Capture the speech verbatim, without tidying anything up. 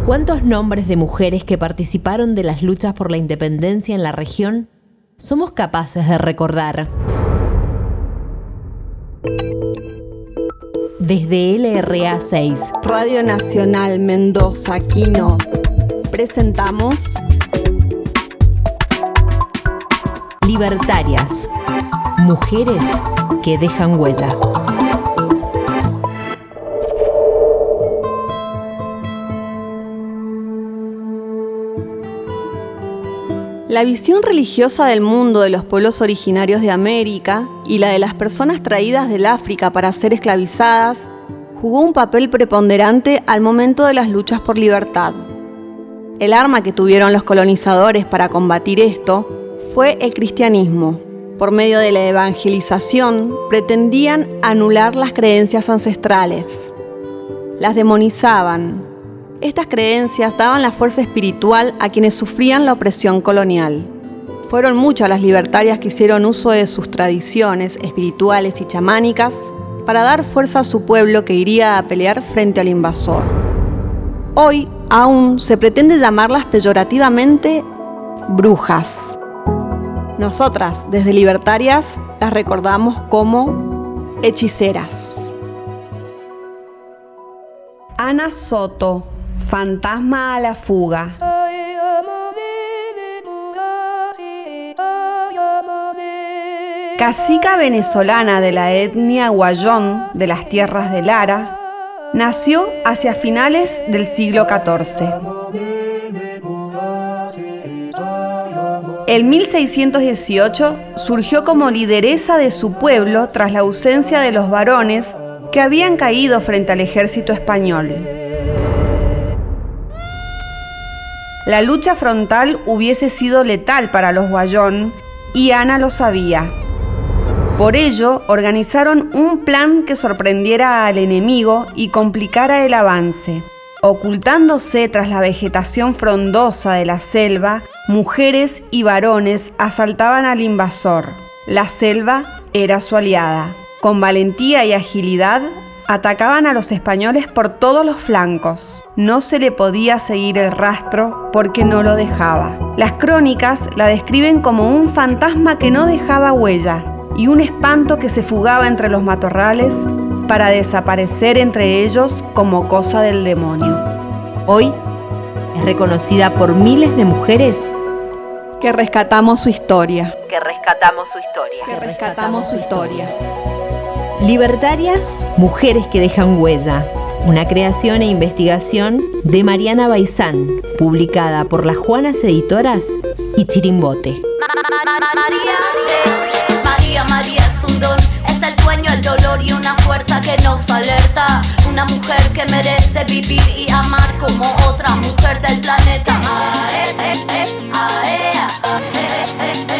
¿Cuántos nombres de mujeres que participaron de las luchas por la independencia en la región somos capaces de recordar? Desde L R A seis, Radio Nacional Mendoza Quino, presentamos Libertarias, mujeres que dejan huella. La visión religiosa del mundo de los pueblos originarios de América y la de las personas traídas del África para ser esclavizadas jugó un papel preponderante al momento de las luchas por libertad. El arma que tuvieron los colonizadores para combatir esto fue el cristianismo. Por medio de la evangelización pretendían anular las creencias ancestrales. Las demonizaban. Estas creencias daban la fuerza espiritual a quienes sufrían la opresión colonial. Fueron muchas las libertarias que hicieron uso de sus tradiciones espirituales y chamánicas para dar fuerza a su pueblo que iría a pelear frente al invasor. Hoy aún se pretende llamarlas peyorativamente brujas. Nosotras, desde Libertarias, las recordamos como hechiceras. Ana Soto, fantasma a la fuga. Cacica venezolana de la etnia Guayón de las tierras de Lara, nació hacia finales del siglo catorce. En mil seiscientos dieciocho surgió como lideresa de su pueblo tras la ausencia de los varones que habían caído frente al ejército español. La lucha frontal hubiese sido letal para los Guayón y Ana lo sabía. Por ello, organizaron un plan que sorprendiera al enemigo y complicara el avance. Ocultándose tras la vegetación frondosa de la selva, mujeres y varones asaltaban al invasor. La selva era su aliada. Con valentía y agilidad, atacaban a los españoles por todos los flancos. No se le podía seguir el rastro porque no lo dejaba. Las crónicas la describen como un fantasma que no dejaba huella y un espanto que se fugaba entre los matorrales para desaparecer entre ellos como cosa del demonio. Hoy es reconocida por miles de mujeres que rescatamos su historia. Que rescatamos su historia. Que rescatamos su historia. Libertarias, mujeres que dejan huella. Una creación e investigación de Mariana Baizán, publicada por las Juanas Editoras y Chirimbote. María, María es un don, es el dueño del dolor y una fuerza que nos alerta. Una mujer que merece vivir y amar como otra mujer del planeta. Ah, eh, eh, eh, ah, eh, ah, eh, eh, eh.